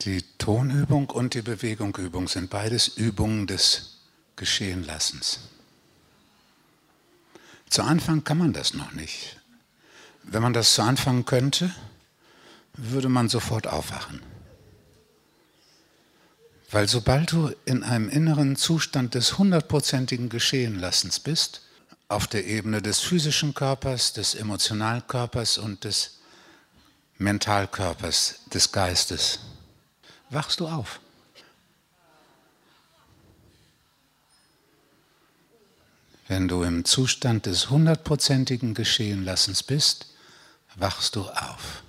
Die Tonübung und die Bewegungsübung sind beides Übungen des Geschehenlassens. Zu Anfang kann man das noch nicht. Wenn man das zu Anfang könnte, würde man sofort aufwachen. Weil sobald du in einem inneren Zustand des 100%igen Geschehenlassens bist, auf der Ebene des physischen Körpers, des Emotionalkörpers und des Mentalkörpers, des Geistes, wachst du auf. Wenn du im Zustand des 100%igen Geschehenlassens bist, wachst du auf.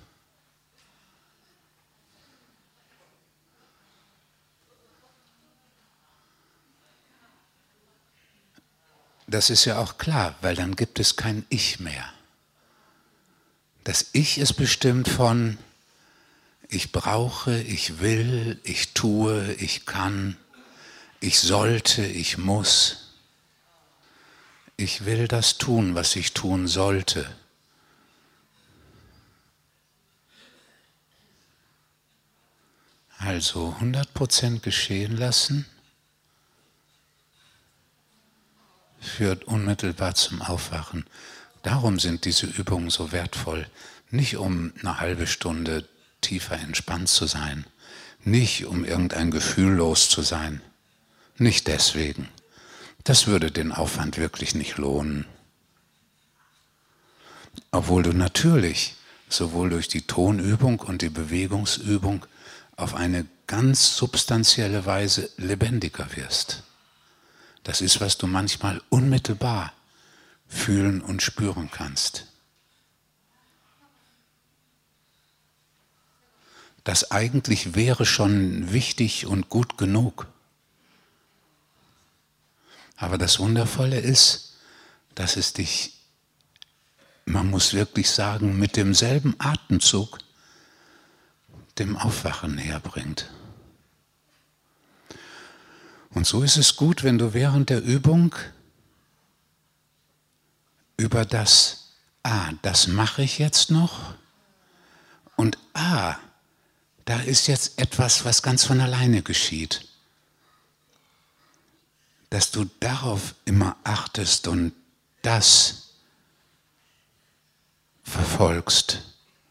Das ist ja auch klar, weil dann gibt es kein Ich mehr. Das Ich ist bestimmt von ich brauche, ich will, ich tue, ich kann, ich sollte, ich muss. Ich will das tun, was ich tun sollte. Also 100% geschehen lassen führt unmittelbar zum Aufwachen. Darum sind diese Übungen so wertvoll. Nicht um eine halbe Stunde tiefer entspannt zu sein, nicht um irgendein Gefühl los zu sein, nicht deswegen. Das würde den Aufwand wirklich nicht lohnen. Obwohl du natürlich sowohl durch die Tonübung und die Bewegungsübung auf eine ganz substanzielle Weise lebendiger wirst. Das ist, was du manchmal unmittelbar fühlen und spüren kannst. Das eigentlich wäre schon wichtig und gut genug. Aber das Wundervolle ist, dass es dich, man muss wirklich sagen, mit demselben Atemzug dem Aufwachen näher bringt. Und so ist es gut, wenn du während der Übung über das das mache ich jetzt noch und da ist jetzt etwas, was ganz von alleine geschieht. Dass du darauf immer achtest und das verfolgst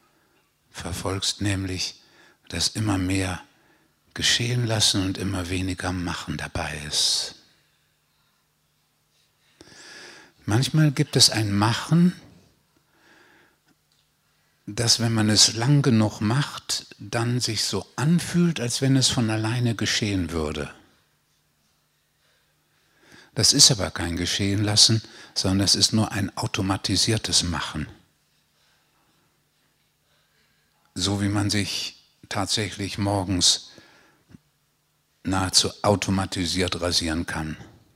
nämlich, dass immer mehr geschehen lassen und immer weniger machen dabei ist. Manchmal gibt es ein Machen, das, wenn man es lang genug macht, dann sich so anfühlt, als wenn es von alleine geschehen würde. Das ist aber kein Geschehen lassen, sondern es ist nur ein automatisiertes Machen. So wie man sich tatsächlich morgens nahezu automatisiert rasieren kann.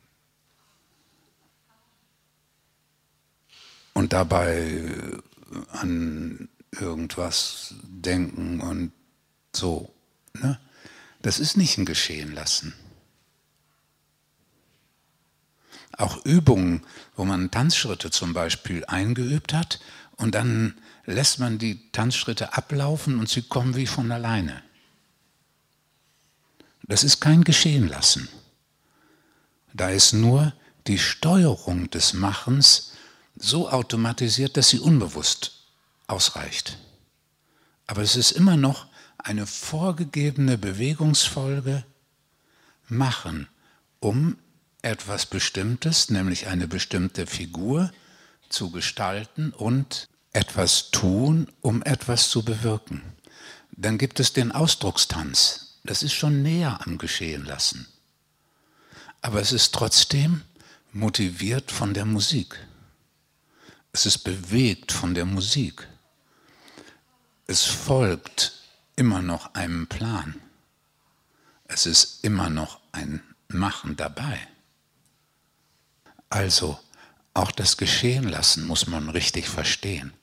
Und dabei an irgendwas denken und so. Ne? Das ist nicht ein Geschehen lassen. Auch Übungen, wo man Tanzschritte zum Beispiel eingeübt hat und dann lässt man die Tanzschritte ablaufen und sie kommen wie von alleine. Das ist kein Geschehen lassen. Da ist nur die Steuerung des Machens so automatisiert, dass sie unbewusst ausreicht. Aber es ist immer noch eine vorgegebene Bewegungsfolge machen, um etwas Bestimmtes, nämlich eine bestimmte Figur zu gestalten und etwas tun, um etwas zu bewirken. Dann gibt es den Ausdruckstanz. Das ist schon näher am Geschehen lassen. Aber es ist trotzdem motiviert von der Musik. Es ist bewegt von der Musik. Es folgt immer noch einem Plan. Es ist immer noch ein Machen dabei. Also, auch das Geschehen lassen muss man richtig verstehen.